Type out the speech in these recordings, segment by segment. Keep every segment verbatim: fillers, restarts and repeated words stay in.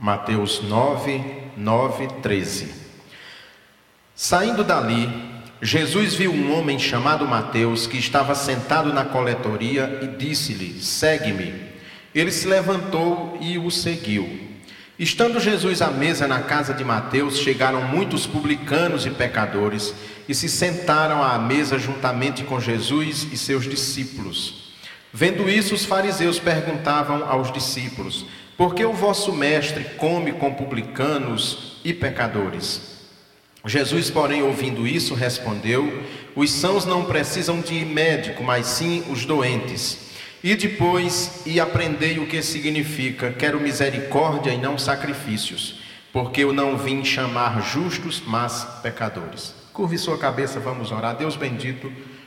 Mateus nove, nove, treze. Saindo dali, Jesus viu um homem chamado Mateus, que estava sentado na coletoria, e disse-lhe: segue-me. Ele se levantou e o seguiu. Estando Jesus à mesa na casa de Mateus, chegaram muitos publicanos e pecadores, e se sentaram à mesa juntamente com Jesus e seus discípulos. Vendo isso, os fariseus perguntavam aos discípulos: por que o vosso mestre come com publicanos e pecadores? Jesus, porém, ouvindo isso, respondeu: os sãos não precisam de médico, mas sim os doentes. E depois, e aprendei o que significa: quero misericórdia e não sacrifícios, porque eu não vim chamar justos, mas pecadores. Curve sua cabeça, vamos orar. Deus bendito,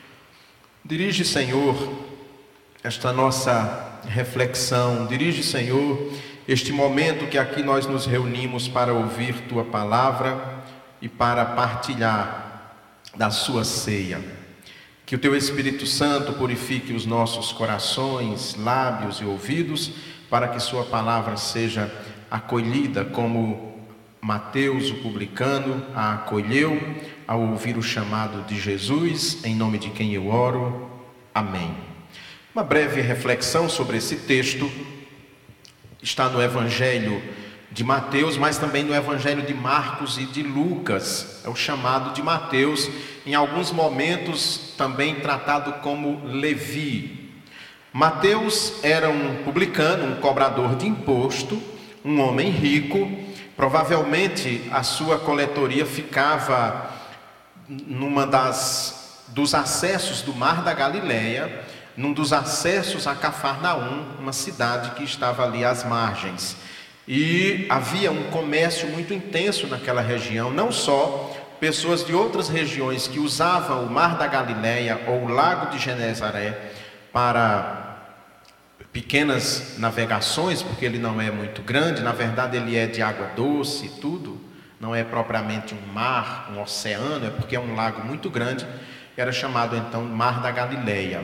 dirige, Senhor, esta nossa reflexão. Dirige, Senhor, este momento que aqui nós nos reunimos para ouvir Tua palavra e para partilhar da Sua ceia. Que o Teu Espírito Santo purifique os nossos corações, lábios e ouvidos, para que Sua palavra seja acolhida como Mateus, o publicano, a acolheu ao ouvir o chamado de Jesus, em nome de quem eu oro. Amém. Uma breve reflexão sobre esse texto está no Evangelho de Mateus, mas também no Evangelho de Marcos e de Lucas. É o chamado de Mateus, em alguns momentos também tratado como Levi. Mateus era um publicano, um cobrador de imposto, um homem rico. Provavelmente a sua coletoria ficava numa das dos acessos do Mar da Galileia, num dos acessos a Cafarnaum, uma cidade que estava ali às margens. E havia um comércio muito intenso naquela região, não só pessoas de outras regiões que usavam o Mar da Galileia ou o Lago de Genezaré para pequenas navegações, porque ele não é muito grande, na verdade ele é de água doce e tudo, não é propriamente um mar, um oceano, é porque é um lago muito grande, era chamado então Mar da Galileia.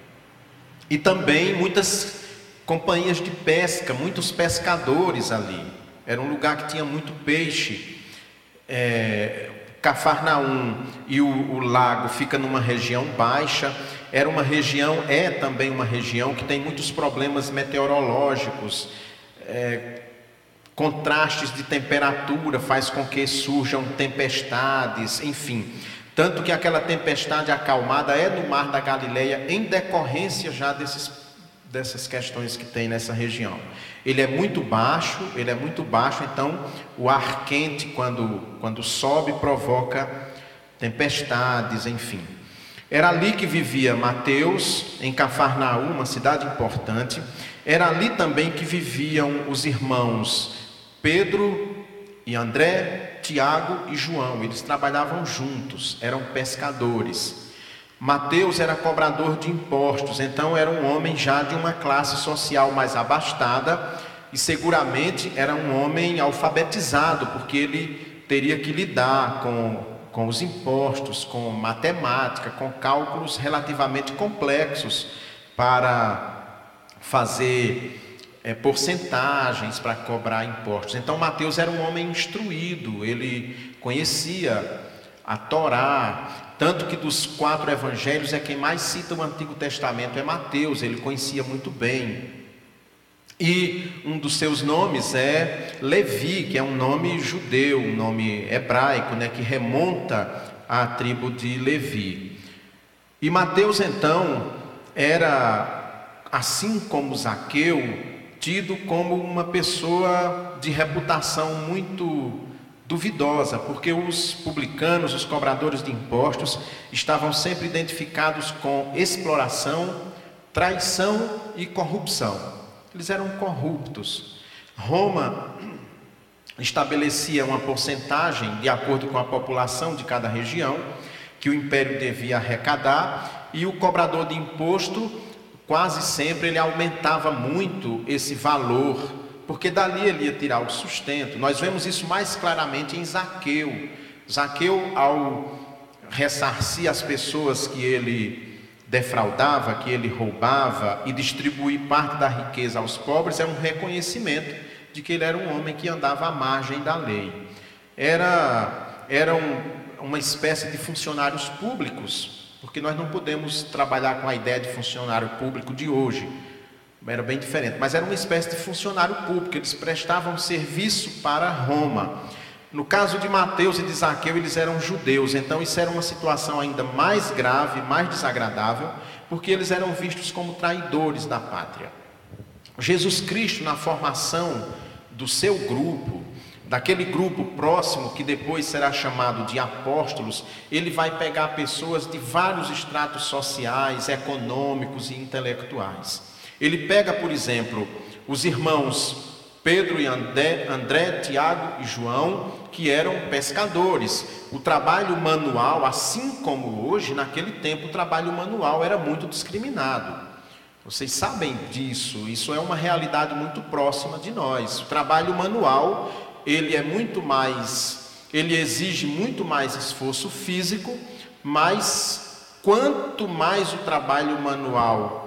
E também muitas companhias de pesca, muitos pescadores ali. Era um lugar que tinha muito peixe. É, Cafarnaum e o, o lago fica numa região baixa. Era uma região, é também uma região que tem muitos problemas meteorológicos. É, contrastes de temperatura faz com que surjam tempestades, enfim. Tanto que aquela tempestade acalmada é no Mar da Galileia, em decorrência já desses dessas questões que tem nessa região. Ele é muito baixo, ele é muito baixo, então o ar quente quando, quando sobe provoca tempestades, enfim. Era ali que vivia Mateus, em Cafarnaum, uma cidade importante. Era ali também que viviam os irmãos Pedro e André, Tiago e João. Eles trabalhavam juntos, eram pescadores. Mateus era cobrador de impostos, então era um homem já de uma classe social mais abastada e seguramente era um homem alfabetizado, porque ele teria que lidar com, com os impostos, com matemática, com cálculos relativamente complexos para fazer é, porcentagens para cobrar impostos. Então Mateus era um homem instruído, ele conhecia a Torá. Tanto que dos quatro evangelhos é quem mais cita o Antigo Testamento é Mateus, ele conhecia muito bem. E um dos seus nomes é Levi, que é um nome judeu, um nome hebraico, né, que remonta à tribo de Levi. E Mateus então era, assim como Zaqueu, tido como uma pessoa de reputação muito duvidosa, porque os publicanos, os cobradores de impostos, estavam sempre identificados com exploração, traição e corrupção. Eles eram corruptos. Roma estabelecia uma porcentagem de acordo com a população de cada região que o império devia arrecadar, e o cobrador de imposto, quase sempre ele aumentava muito esse valor, porque dali ele ia tirar o sustento. Nós vemos isso mais claramente em Zaqueu. Zaqueu, ao ressarcir as pessoas que ele defraudava, que ele roubava, e distribuir parte da riqueza aos pobres, é um reconhecimento de que ele era um homem que andava à margem da lei. Era, era um, uma espécie de funcionários públicos, porque nós não podemos trabalhar com a ideia de funcionário público de hoje. Era bem diferente, mas era uma espécie de funcionário público, eles prestavam serviço para Roma. No caso de Mateus e de Zaqueu, eles eram judeus, então isso era uma situação ainda mais grave, mais desagradável, porque eles eram vistos como traidores da pátria. Jesus Cristo, na formação do seu grupo, daquele grupo próximo que depois será chamado de apóstolos, ele vai pegar pessoas de vários estratos sociais, econômicos e intelectuais. Ele pega, por exemplo, os irmãos Pedro e André, André, Tiago e João, que eram pescadores. O trabalho manual, assim como hoje, naquele tempo, o trabalho manual era muito discriminado. Vocês sabem disso, isso é uma realidade muito próxima de nós. O trabalho manual, ele é muito mais, ele exige muito mais esforço físico, mas quanto mais o trabalho manual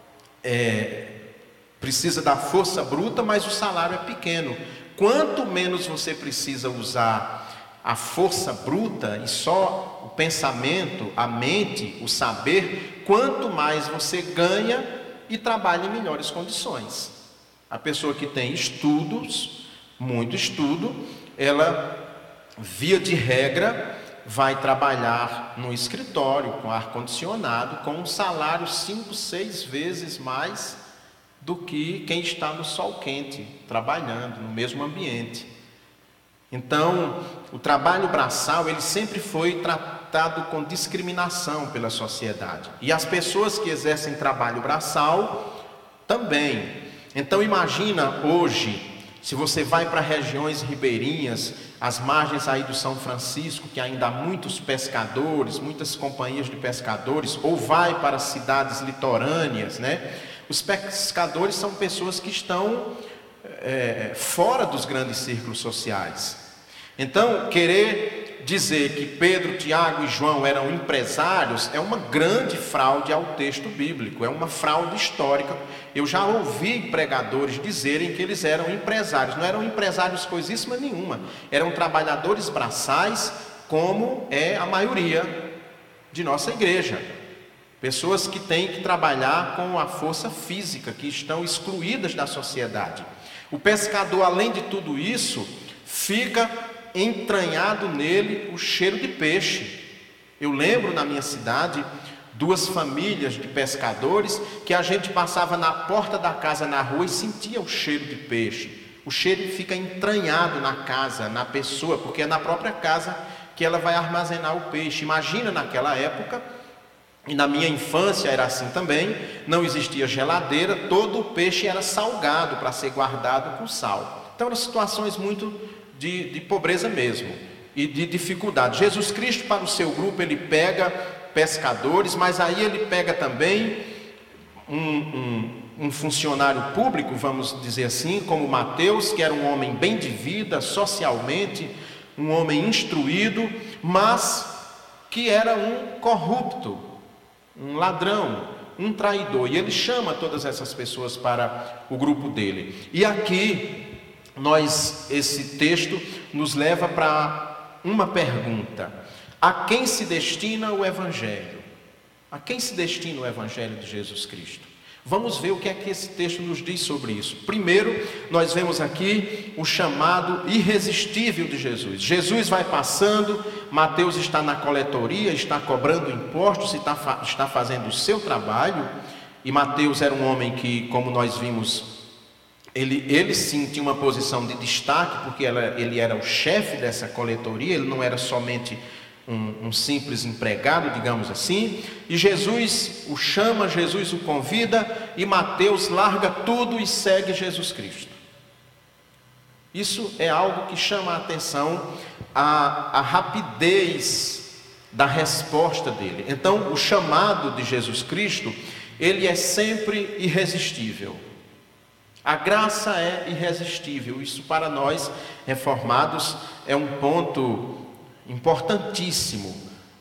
É, precisa da força bruta, mas o salário é pequeno. Quanto menos você precisa usar a força bruta e só o pensamento, a mente, o saber, quanto mais você ganha e trabalha em melhores condições. A pessoa que tem estudos, muito estudo, ela, via de regra, vai trabalhar no escritório com ar-condicionado, com um salário cinco, seis vezes mais do que quem está no sol quente, trabalhando no mesmo ambiente. Então, o trabalho braçal, ele sempre foi tratado com discriminação pela sociedade. E as pessoas que exercem trabalho braçal também. Então, imagina hoje, se você vai para regiões ribeirinhas, as margens aí do São Francisco, que ainda há muitos pescadores, muitas companhias de pescadores, ou vai para cidades litorâneas, né? Os pescadores são pessoas que estão é, fora dos grandes círculos sociais. Então, querer dizer que Pedro, Tiago e João eram empresários é uma grande fraude ao texto bíblico, é uma fraude histórica. Eu já ouvi pregadores dizerem que eles eram empresários. Não eram empresários coisíssima nenhuma, eram trabalhadores braçais, como é a maioria de nossa igreja. Pessoas que têm que trabalhar com a força física, que estão excluídas da sociedade. O pescador, além de tudo isso, fica entranhado nele o cheiro de peixe. Eu lembro na minha cidade duas famílias de pescadores que a gente passava na porta da casa na rua e sentia o cheiro de peixe. O cheiro fica entranhado na casa, na pessoa, porque é na própria casa que ela vai armazenar o peixe. Imagina naquela época, e na minha infância era assim também, não existia geladeira, todo o peixe era salgado para ser guardado com sal. Então eram situações muito de, de pobreza mesmo e de dificuldade. Jesus Cristo, para o seu grupo, ele pega pescadores, mas aí ele pega também um, um, um funcionário público, vamos dizer assim, como Mateus, que era um homem bem de vida, socialmente, um homem instruído, mas que era um corrupto, um ladrão, um traidor, e ele chama todas essas pessoas para o grupo dele. E aqui, nós, esse texto nos leva para uma pergunta: a quem se destina o Evangelho? A quem se destina o Evangelho de Jesus Cristo? Vamos ver o que é que esse texto nos diz sobre isso. Primeiro, nós vemos aqui o chamado irresistível de Jesus. Jesus vai passando, Mateus está na coletoria, está cobrando impostos, está, está fazendo o seu trabalho. E Mateus era um homem que, como nós vimos, ele, ele sim tinha uma posição de destaque, porque ela, ele era o chefe dessa coletoria, ele não era somente Um, um simples empregado, digamos assim. E Jesus o chama, Jesus o convida, e Mateus larga tudo e segue Jesus Cristo. Isso é algo que chama a atenção, a, a rapidez da resposta dele. Então, o chamado de Jesus Cristo, ele é sempre irresistível. A graça é irresistível. Isso, para nós reformados, é um ponto importantíssimo.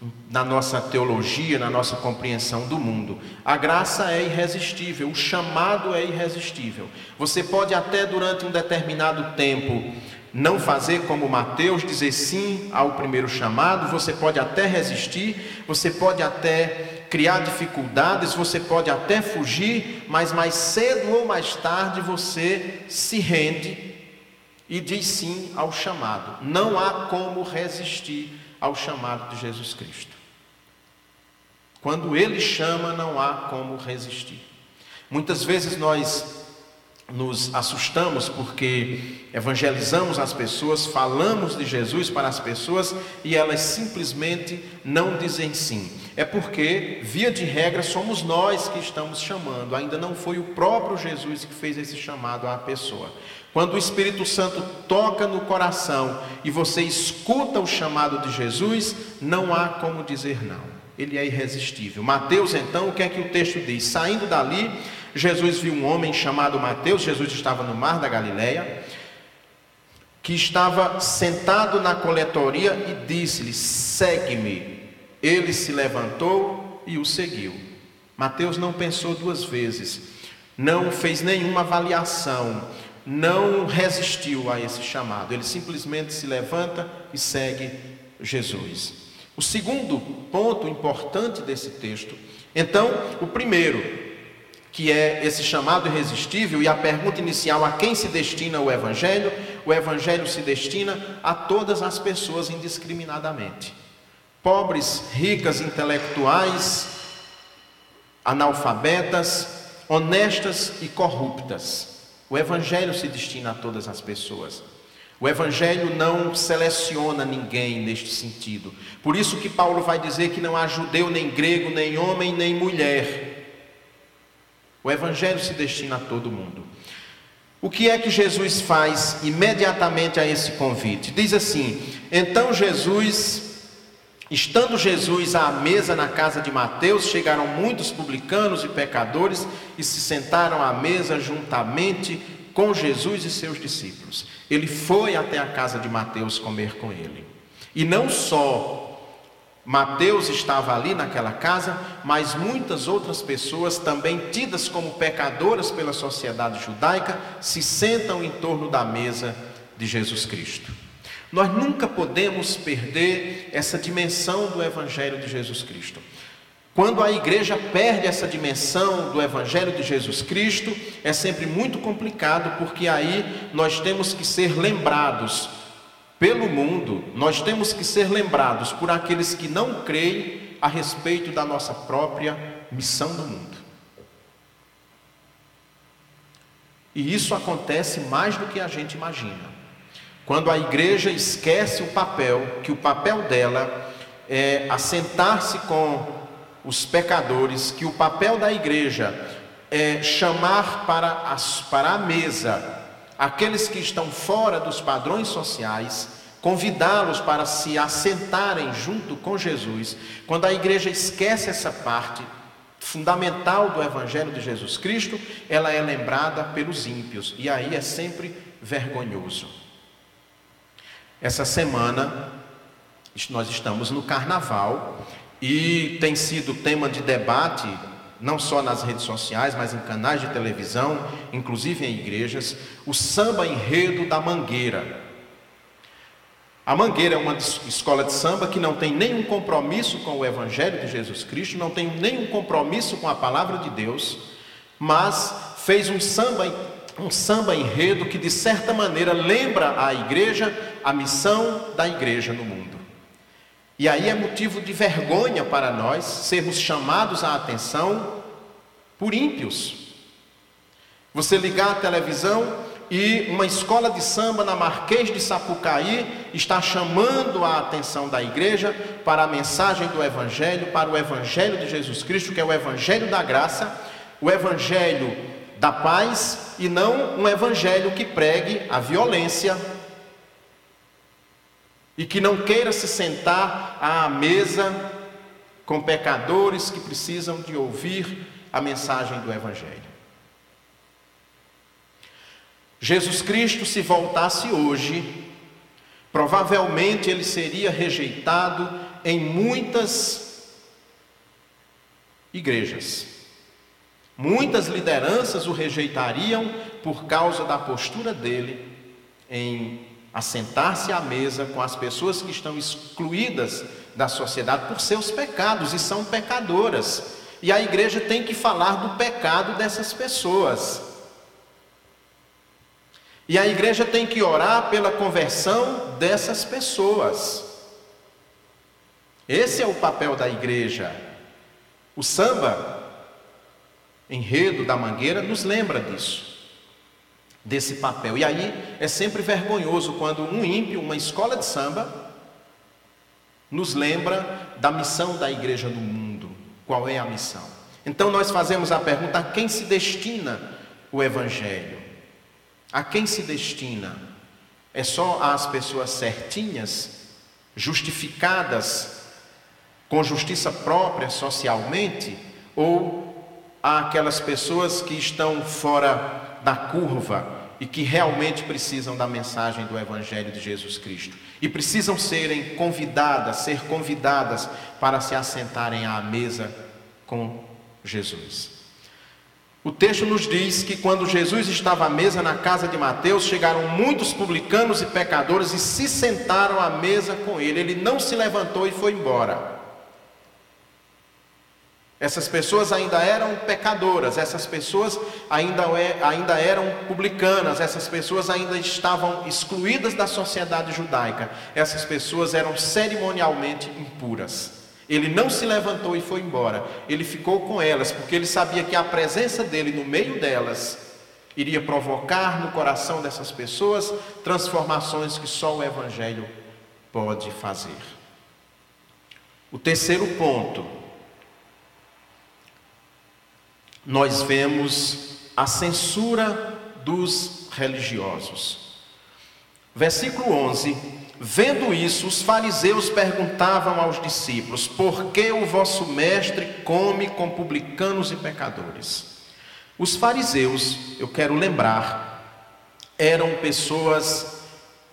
na nossa teologia, na nossa compreensão do mundo. A graça é irresistível, o chamado é irresistível. Você pode até durante um determinado tempo não fazer como Mateus, dizer sim ao primeiro chamado, você pode até resistir, você pode até criar dificuldades, você pode até fugir, mas mais cedo ou mais tarde você se rende e diz sim ao chamado. Não há como resistir ao chamado de Jesus Cristo. Quando Ele chama, não há como resistir. Muitas vezes nós nos assustamos porque evangelizamos as pessoas, falamos de Jesus para as pessoas e elas simplesmente não dizem sim. É porque, via de regra, somos nós que estamos chamando, ainda não foi o próprio Jesus que fez esse chamado à pessoa. Quando o Espírito Santo toca no coração e você escuta o chamado de Jesus, não há como dizer não. Ele é irresistível. Mateus, então, o que é que o texto diz? Saindo dali, Jesus viu um homem chamado Mateus. Jesus estava no mar da Galileia, que estava sentado na coletoria e disse-lhe: segue-me. Ele se levantou e o seguiu. Mateus não pensou duas vezes, não fez nenhuma avaliação, não resistiu a esse chamado. Ele simplesmente se levanta e segue Jesus. O segundo ponto importante desse texto, então, o primeiro, que é esse chamado irresistível, e a pergunta inicial: a quem se destina o Evangelho? O Evangelho se destina a todas as pessoas indiscriminadamente. Pobres, ricas, intelectuais, analfabetas, honestas e corruptas. O Evangelho se destina a todas as pessoas. O Evangelho não seleciona ninguém neste sentido. Por isso que Paulo vai dizer que não há judeu, nem grego, nem homem, nem mulher. O Evangelho se destina a todo mundo. O que é que Jesus faz imediatamente a esse convite? Diz assim: então Jesus, estando Jesus à mesa na casa de Mateus, chegaram muitos publicanos e pecadores e se sentaram à mesa juntamente com Jesus e seus discípulos. Ele foi até a casa de Mateus comer com ele. E não só Mateus estava ali naquela casa, mas muitas outras pessoas, também tidas como pecadoras pela sociedade judaica, se sentam em torno da mesa de Jesus Cristo. Nós nunca podemos perder essa dimensão do Evangelho de Jesus Cristo. Quando a igreja perde essa dimensão do Evangelho de Jesus Cristo, é sempre muito complicado, porque aí nós temos que ser lembrados pelo mundo, nós temos que ser lembrados por aqueles que não creem a respeito da nossa própria missão no mundo. E isso acontece mais do que a gente imagina. Quando a igreja esquece o papel, que o papel dela é assentar-se com os pecadores, que o papel da igreja é chamar para, as, para a mesa aqueles que estão fora dos padrões sociais, convidá-los para se assentarem junto com Jesus. Quando a igreja esquece essa parte fundamental do Evangelho de Jesus Cristo, ela é lembrada pelos ímpios, e aí é sempre vergonhoso. Essa semana nós estamos no Carnaval e tem sido tema de debate, não só nas redes sociais, mas em canais de televisão, inclusive em igrejas, o samba enredo da Mangueira. A Mangueira é uma escola de samba que não tem nenhum compromisso com o Evangelho de Jesus Cristo, não tem nenhum compromisso com a palavra de Deus, mas fez um samba, um samba enredo que de certa maneira lembra à igreja a missão da igreja no mundo. E aí é motivo de vergonha para nós sermos chamados à atenção por ímpios. Você ligar a televisão e uma escola de samba na Marquês de Sapucaí está chamando a atenção da igreja para a mensagem do Evangelho, para o Evangelho de Jesus Cristo, que é o Evangelho da graça, o Evangelho da paz, e não um Evangelho que pregue a violência e que não queira se sentar à mesa com pecadores que precisam de ouvir a mensagem do Evangelho. Jesus Cristo, se voltasse hoje, provavelmente ele seria rejeitado em muitas igrejas. Muitas lideranças o rejeitariam por causa da postura dele em assentar-se à mesa com as pessoas que estão excluídas da sociedade por seus pecados e são pecadoras. E a igreja tem que falar do pecado dessas pessoas. E a igreja tem que orar pela conversão dessas pessoas. Esse é o papel da igreja. O samba, Enredo da Mangueira, nos lembra disso, desse papel. E aí é sempre vergonhoso quando um ímpio, uma escola de samba, nos lembra da missão da igreja no mundo. Qual é a missão? Então nós fazemos a pergunta: a quem se destina o evangelho? A quem se destina? É só às pessoas certinhas, justificadas com justiça própria socialmente, ou àquelas pessoas que estão fora da curva e que realmente precisam da mensagem do Evangelho de Jesus Cristo e precisam serem convidadas, ser convidadas para se assentarem à mesa com Jesus? O texto nos diz que quando Jesus estava à mesa na casa de Mateus, chegaram muitos publicanos e pecadores e se sentaram à mesa com ele. Ele não se levantou e foi embora. Essas pessoas ainda eram pecadoras, essas pessoas ainda, ainda eram publicanas, essas pessoas ainda estavam excluídas da sociedade judaica, essas pessoas eram cerimonialmente impuras. Ele não se levantou e foi embora, ele ficou com elas, porque ele sabia que a presença dele no meio delas iria provocar no coração dessas pessoas transformações que só o Evangelho pode fazer. O terceiro ponto, nós vemos a censura dos religiosos. Versículo onze: vendo isso, os fariseus perguntavam aos discípulos: por que o vosso mestre come com publicanos e pecadores? Os fariseus, eu quero lembrar, eram pessoas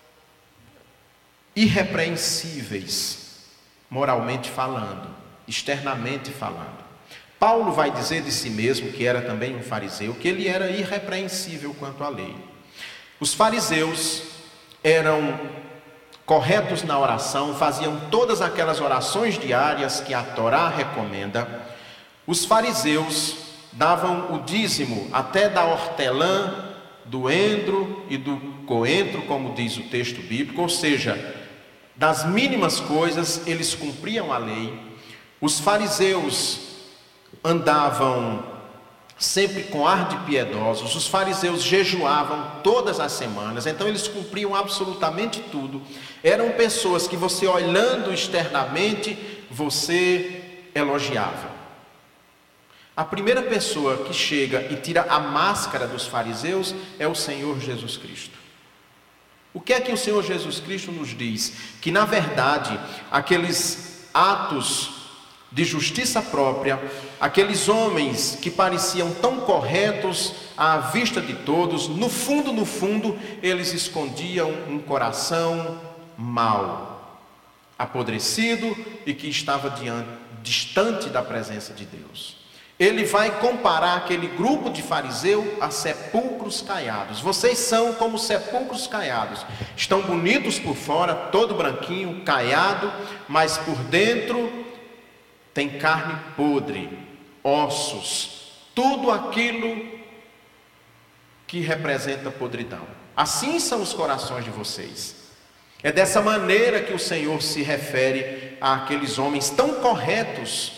irrepreensíveis, moralmente falando, externamente falando. Paulo vai dizer de si mesmo, que era também um fariseu, que ele era irrepreensível quanto à lei. Os fariseus eram corretos na oração, faziam todas aquelas orações diárias que a Torá recomenda. Os fariseus davam o dízimo até da hortelã, do endro e do coentro, como diz o texto bíblico, ou seja, das mínimas coisas eles cumpriam a lei. Os fariseus andavam sempre com ar de piedosos, os fariseus jejuavam todas as semanas, então eles cumpriam absolutamente tudo. Eram pessoas que você, olhando externamente, você elogiava. A primeira pessoa que chega e tira a máscara dos fariseus é o Senhor Jesus Cristo. O que é que o Senhor Jesus Cristo nos diz? Que na verdade, aqueles atos de justiça própria, aqueles homens que pareciam tão corretos à vista de todos, no fundo, no fundo, eles escondiam um coração mau, apodrecido e que estava diante, distante da presença de Deus. Ele vai comparar aquele grupo de fariseu a sepulcros caiados. Vocês são como sepulcros caiados, estão bonitos por fora, todo branquinho, caiado, mas por dentro tem carne podre, ossos, tudo aquilo que representa podridão. Assim são os corações de vocês. É dessa maneira que o Senhor se refere àqueles homens tão corretos,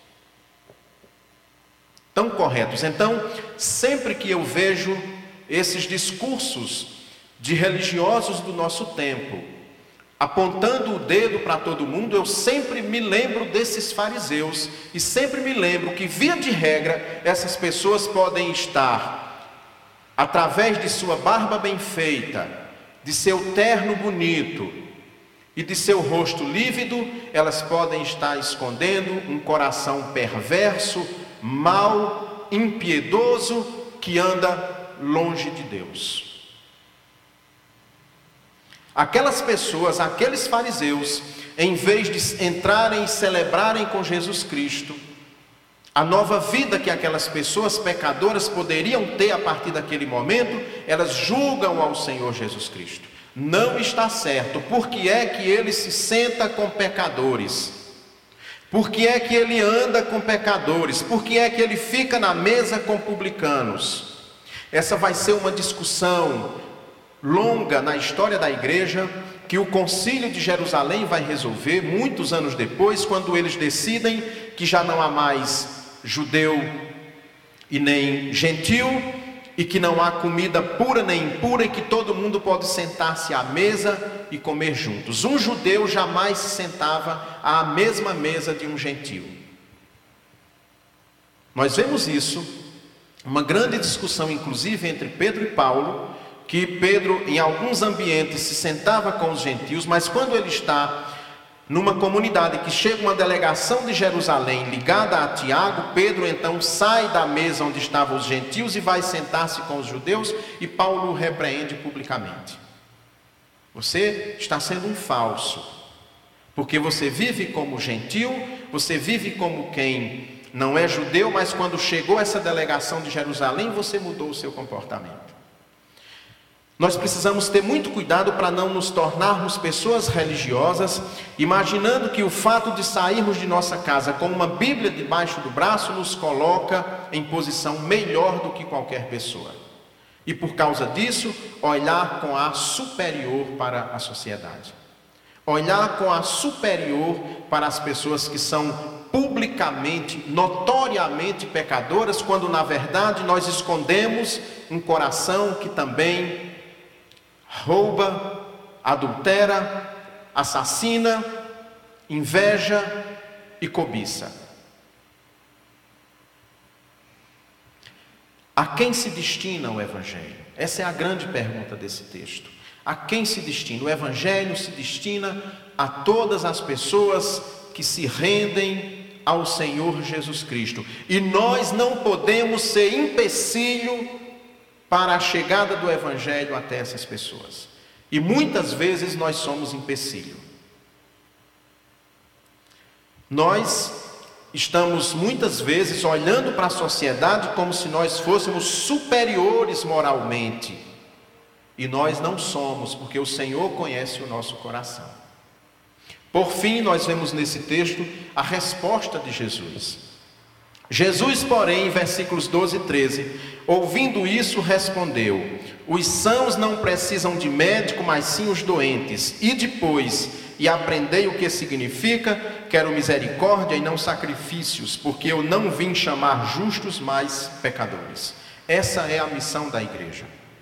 tão corretos. Então, sempre que eu vejo esses discursos de religiosos do nosso tempo, apontando o dedo para todo mundo, eu sempre me lembro desses fariseus e sempre me lembro que, via de regra, essas pessoas podem estar, através de sua barba bem feita, de seu terno bonito e de seu rosto lívido, elas podem estar escondendo um coração perverso, mau, impiedoso, que anda longe de Deus. Aquelas pessoas, aqueles fariseus, em vez de entrarem e celebrarem com Jesus Cristo a nova vida que aquelas pessoas pecadoras poderiam ter a partir daquele momento, elas julgam ao Senhor Jesus Cristo. Não está certo. Por que é que ele se senta com pecadores? Por que é que ele anda com pecadores? Por que é que ele fica na mesa com publicanos? Essa vai ser uma discussão longa na história da igreja, que o Concílio de Jerusalém vai resolver muitos anos depois, quando eles decidem que já não há mais judeu e nem gentil, e que não há comida pura nem impura, e que todo mundo pode sentar-se à mesa e comer juntos. Um judeu jamais se sentava à mesma mesa de um gentil. Nós vemos isso, uma grande discussão inclusive entre Pedro e Paulo, que Pedro em alguns ambientes se sentava com os gentios, mas quando ele está numa comunidade que chega uma delegação de Jerusalém ligada a Tiago, Pedro então sai da mesa onde estavam os gentios e vai sentar-se com os judeus, e Paulo o repreende publicamente. Você está sendo um falso, porque você vive como gentil, você vive como quem não é judeu, mas quando chegou essa delegação de Jerusalém, você mudou o seu comportamento. Nós precisamos ter muito cuidado para não nos tornarmos pessoas religiosas, imaginando que o fato de sairmos de nossa casa com uma Bíblia debaixo do braço nos coloca em posição melhor do que qualquer pessoa. E por causa disso, olhar com a superior para a sociedade. Olhar com a superior para as pessoas que são publicamente, notoriamente pecadoras, quando na verdade nós escondemos um coração que também rouba, adultera, assassina, inveja e cobiça. A quem se destina o Evangelho? Essa é a grande pergunta desse texto. A quem se destina? O Evangelho se destina a todas as pessoas que se rendem ao Senhor Jesus Cristo. E nós não podemos ser empecilho para a chegada do Evangelho até essas pessoas. E muitas vezes nós somos empecilho. Nós estamos muitas vezes olhando para a sociedade como se nós fôssemos superiores moralmente. E nós não somos, porque o Senhor conhece o nosso coração. Por fim, nós vemos nesse texto a resposta de Jesus. Jesus, porém, em versículos doze e treze, ouvindo isso, respondeu: os sãos não precisam de médico, mas sim os doentes. E depois, e aprendei o que significa: quero misericórdia e não sacrifícios, porque eu não vim chamar justos, mas pecadores. Essa é a missão da igreja.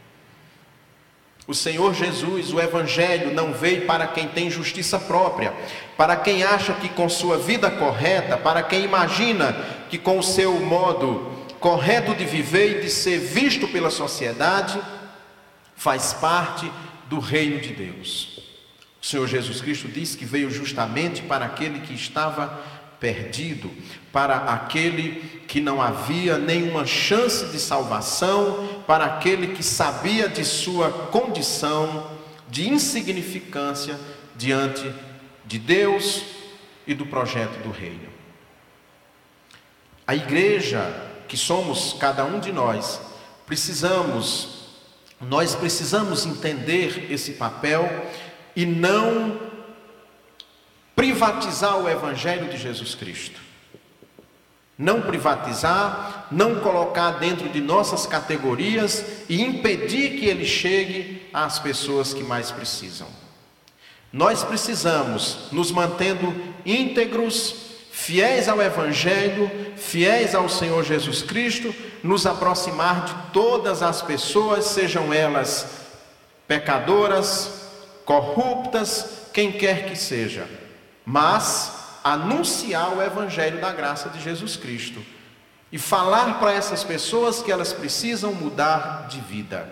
O Senhor Jesus, o Evangelho, não veio para quem tem justiça própria, para quem acha que com sua vida correta, para quem imagina que com o seu modo correto de viver e de ser visto pela sociedade, faz parte do reino de Deus. O Senhor Jesus Cristo diz que veio justamente para aquele que estava perdido, para aquele que não havia nenhuma chance de salvação, para aquele que sabia de sua condição de insignificância diante de Deus e do projeto do reino. A igreja, que somos cada um de nós, precisamos, nós precisamos entender esse papel e não privatizar o Evangelho de Jesus Cristo. Não privatizar, não colocar dentro de nossas categorias e impedir que ele chegue às pessoas que mais precisam. Nós precisamos, nos mantendo íntegros, fiéis ao Evangelho, fiéis ao Senhor Jesus Cristo, nos aproximar de todas as pessoas, sejam elas pecadoras, corruptas, quem quer que seja, mas anunciar o Evangelho da graça de Jesus Cristo e falar para essas pessoas que elas precisam mudar de vida,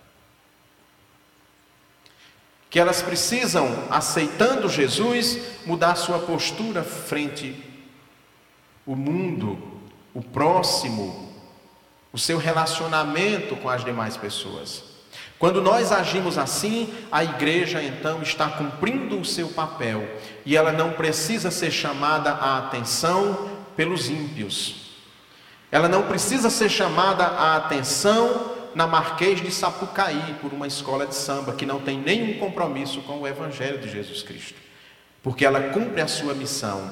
que elas precisam, aceitando Jesus, mudar sua postura frente ao mundo, o próximo, o seu relacionamento com as demais pessoas. Quando nós agimos assim, a igreja então está cumprindo o seu papel, e ela não precisa ser chamada à atenção pelos ímpios. Ela não precisa ser chamada à atenção na Marquês de Sapucaí por uma escola de samba que não tem nenhum compromisso com o Evangelho de Jesus Cristo, porque ela cumpre a sua missão,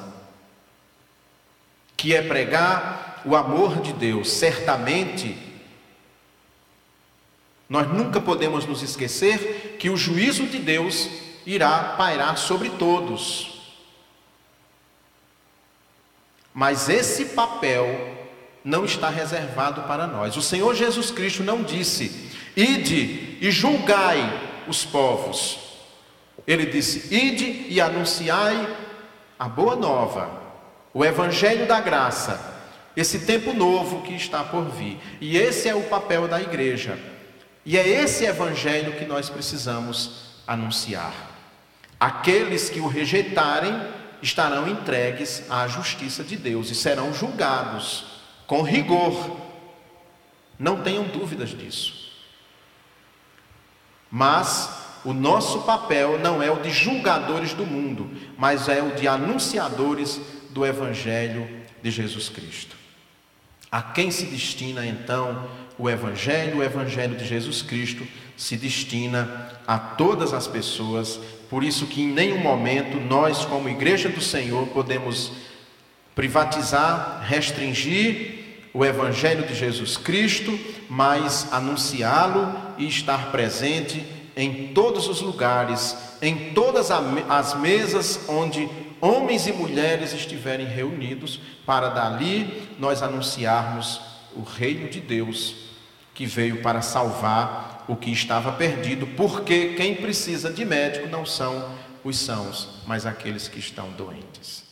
que é pregar o amor de Deus. Certamente, nós nunca podemos nos esquecer que o juízo de Deus irá pairar sobre todos. Mas esse papel não está reservado para nós. O Senhor Jesus Cristo não disse: ide e julgai os povos. Ele disse: ide e anunciai a boa nova, o evangelho da graça, esse tempo novo que está por vir. E esse é o papel da igreja. E é esse evangelho que nós precisamos anunciar. Aqueles que o rejeitarem estarão entregues à justiça de Deus e serão julgados com rigor. Não tenham dúvidas disso. Mas o nosso papel não é o de julgadores do mundo, mas é o de anunciadores do evangelho de Jesus Cristo. A quem se destina então o evangelho? O evangelho de Jesus Cristo se destina a todas as pessoas. Por isso que em nenhum momento nós, como igreja do Senhor, podemos privatizar, restringir o evangelho de Jesus Cristo, mas anunciá-lo e estar presente em todos os lugares, em todas as mesas onde homens e mulheres estiverem reunidos, para dali nós anunciarmos o reino de Deus, que veio para salvar o que estava perdido, porque quem precisa de médico não são os sãos, mas aqueles que estão doentes.